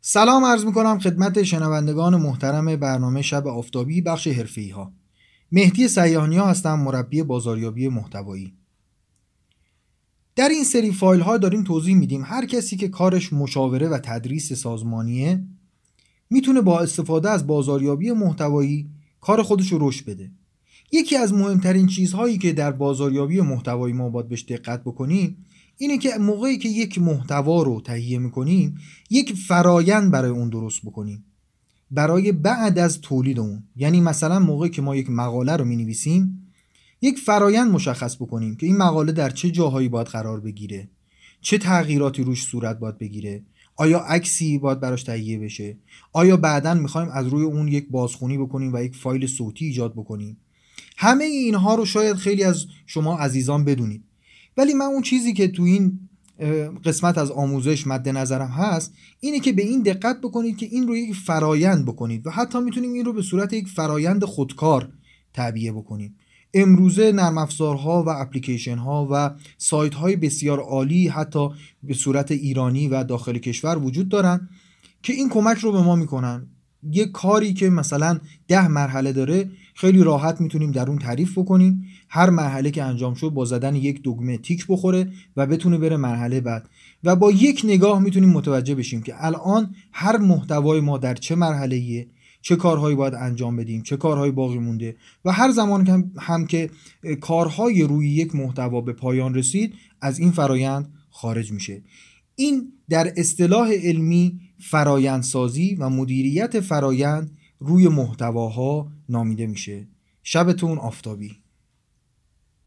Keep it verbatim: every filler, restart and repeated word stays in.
سلام عرض میکنم خدمت شنوندگان محترم برنامه شب آفتابی بخش حرفه‌ای ها. مهدی سیاحنیا هستم، مربی بازاریابی محتوایی. در این سری فایل ها داریم توضیح میدیم هر کسی که کارش مشاوره و تدریس سازمانیه میتونه با استفاده از بازاریابی محتوایی کار خودش رو رشد بده. یکی از مهمترین چیزهایی که در بازاریابی محتوایی ما باید بهش دقت بکنیم اینه که موقعی که یک محتوا رو تهیه میکنیم یک فرایند برای اون درست بکنیم برای بعد از تولید اون. یعنی مثلا موقعی که ما یک مقاله رو مینویسیم یک فرایند مشخص بکنیم که این مقاله در چه جاهایی باید قرار بگیره، چه تغییراتی روش صورت باید بگیره، آیا عکسی باید براش تهیه بشه، آیا بعداً میخوایم از روی اون یک بازخونی بکنیم و یک فایل صوتی ایجاد بکنیم. همه اینها رو شاید خیلی از شما عزیزان بدونید، ولی من اون چیزی که تو این قسمت از آموزش مد نظرم هست اینه که به این دقت بکنید که این رو یک فرایند بکنید و حتی میتونیم این رو به صورت یک فرایند خودکار تعبیه بکنیم. امروزه نرم افزارها و اپلیکیشن ها و سایت های بسیار عالی حتی به صورت ایرانی و داخل کشور وجود دارن که این کمک رو به ما میکنن. یک کاری که مثلا ده مرحله داره خیلی راحت میتونیم در اون تعریف بکنیم، هر مرحله که انجام شد با زدن یک دکمه تیک بخوره و بتونه بره مرحله بعد و با یک نگاه میتونیم متوجه بشیم که الان هر محتوای ما در چه مرحله‌ایه، چه کارهایی باید انجام بدیم، چه کارهایی باقی مونده و هر زمان که هم, هم که کارهای روی یک محتوا به پایان رسید از این فرایند خارج میشه. این در اصطلاح علمی فرایندسازی و مدیریت فرایند روی محتواها نامیده میشه. شبتون آفتابی.